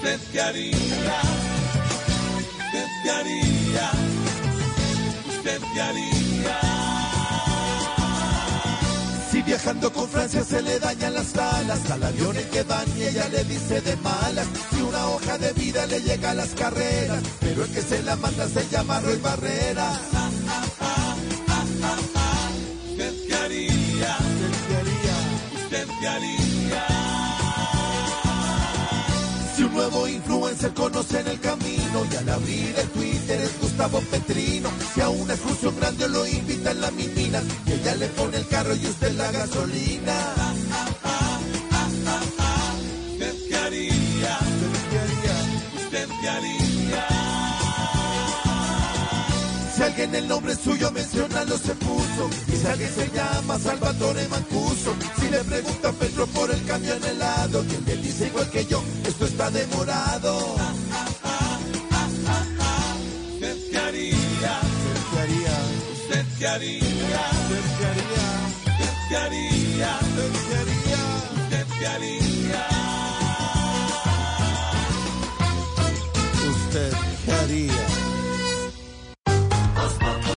¿Usted qué haría? ¿Usted qué haría? ¿Usted qué haría? Si viajando con Francia se le dañan las alas al avión en que van y ella le dice de malas, si una hoja de vida le llega a las carreras, pero el que se la manda se llama Roy Barrera. ¿Usted qué haría? ¿Usted qué haría? Si un nuevo influencer conoce en el camino y al abrir el Twitter es Gustavo Petrino, si a una excursión grande lo invita en la minina y ella le pone el carro y usted la gasolina. ¿Usted qué haría? ¿Usted qué haría? Si alguien el nombre suyo menciona lo se puso, y si alguien se llama Salvatore Mancuso, si le pregunta a Petro por el camión helado y él le dice igual que yo, esto está demorado. ¿Usted qué haría? ¿Usted qué haría? ¿Usted qué haría? ¿Usted qué haría? ¿Usted qué haría?